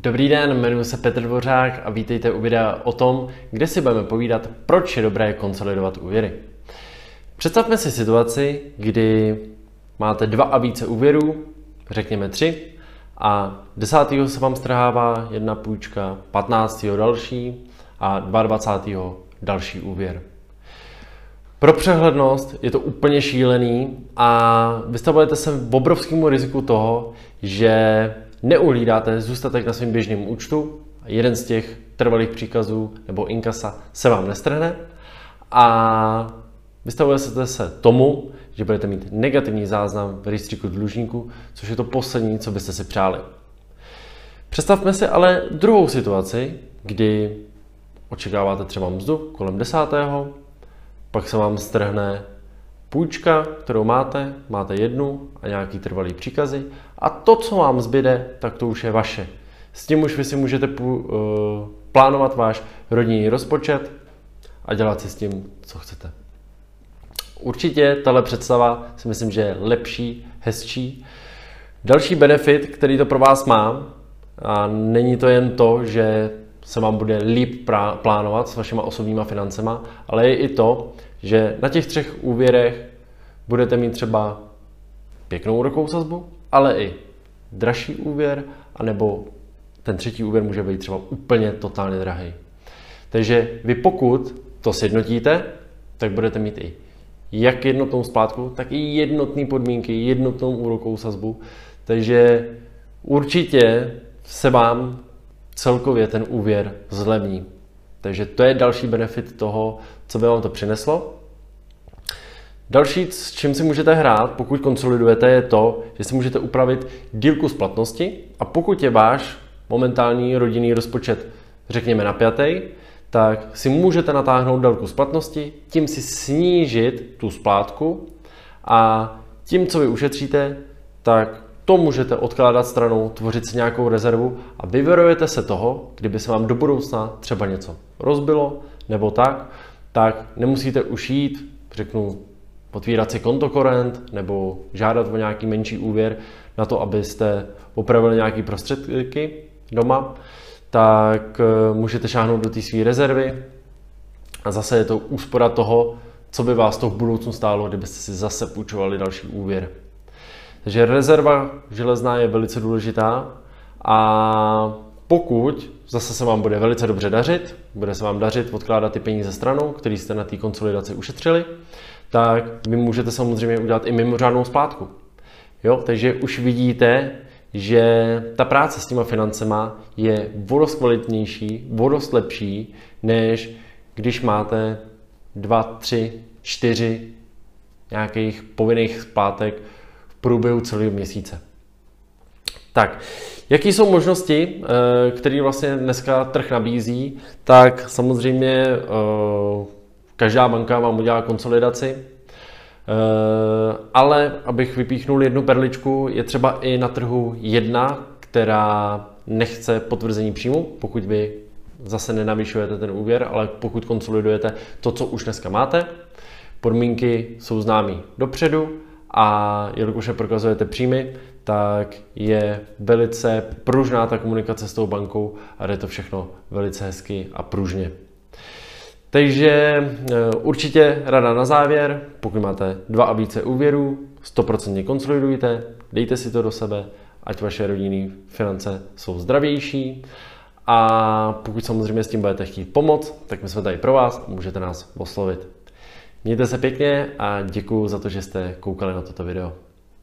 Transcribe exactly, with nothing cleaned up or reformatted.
Dobrý den, jmenuji se Petr Dvořák a vítejte u videa o tom, kde si budeme povídat, proč je dobré konsolidovat úvěry. Představme si situaci, kdy máte dva a více úvěrů, řekněme tři, a desátého se vám strhává jedna půjčka, patnáctého další a dvacátého další úvěr. Pro přehlednost je to úplně šílený a vystavujete se obrovskému riziku toho, že neuhlídáte zůstatek na svém běžném účtu a jeden z těch trvalých příkazů nebo inkasa se vám nestrhne a vystavujete se tomu, že budete mít negativní záznam v rejstříku dlužníků, což je to poslední, co byste si přáli. Představme si ale druhou situaci, kdy očekáváte třeba mzdu kolem desátého, pak se vám strhne půjčka, kterou máte, máte jednu a nějaký trvalý příkazy a to, co vám zbyde, tak to už je vaše. S tím už vy si můžete plánovat váš rodinný rozpočet a dělat si s tím, co chcete. Určitě tahle představa si myslím, že je lepší, hezčí. Další benefit, který to pro vás má, a není to jen to, že se vám bude líp plánovat s vašima osobníma financema, ale je i to, že na těch třech úvěrech budete mít třeba pěknou úrokovou sazbu, ale i dražší úvěr, anebo ten třetí úvěr může být třeba úplně totálně drahý. Takže vy pokud to sjednotíte, tak budete mít i jak jednotnou splátku, tak i jednotné podmínky, jednotnou úrokovou sazbu. Takže určitě se vám celkově ten úvěr zlevní. Takže to je další benefit toho, co by vám to přineslo. Další, s čím si můžete hrát, pokud konsolidujete, je to, že si můžete upravit dílku splatnosti a pokud je váš momentální rodinný rozpočet, řekněme, napjatý, tak si můžete natáhnout délku splatnosti, tím si snížit tu splátku a tím, co vy ušetříte, tak to můžete odkládat stranou, tvořit si nějakou rezervu a vyvarujete se toho, kdyby se vám do budoucna třeba něco rozbilo nebo tak, tak nemusíte už jít, řeknu, otvírat si kontokorent nebo žádat o nějaký menší úvěr na to, abyste opravili nějaké prostředky doma, tak můžete šáhnout do té své rezervy a zase je to úspora toho, co by vás to v budoucnu stálo, kdybyste si zase půjčovali další úvěr. Takže rezerva železná je velice důležitá a pokud zase se vám bude velice dobře dařit, bude se vám dařit odkládat ty peníze stranou, které jste na té konsolidaci ušetřili, tak vy můžete samozřejmě udělat i mimořádnou splátku. Jo? Takže už vidíte, že ta práce s těma financema je o dost kvalitnější, o dost lepší, než když máte dva, tři, čtyři nějakých povinných splátek v průběhu celého měsíce. Tak, jaké jsou možnosti, které vlastně dneska trh nabízí? Tak samozřejmě každá banka vám udělá konsolidaci, ale abych vypíchnul jednu perličku, je třeba i na trhu jedna, která nechce potvrzení příjmu, pokud vy zase nenavyšujete ten úvěr, ale pokud konsolidujete to, co už dneska máte. Podmínky jsou známé dopředu a jelikož prokazujete příjmy, tak je velice pružná ta komunikace s tou bankou a jde to všechno velice hezky a pružně. Takže určitě rada na závěr, pokud máte dva a více úvěrů, sto procent konsolidujte, dejte si to do sebe, ať vaše rodinné finance jsou zdravější a pokud samozřejmě s tím budete chtít pomoct, tak my jsme tady pro vás a můžete nás oslovit. Mějte se pěkně a děkuji za to, že jste koukali na toto video.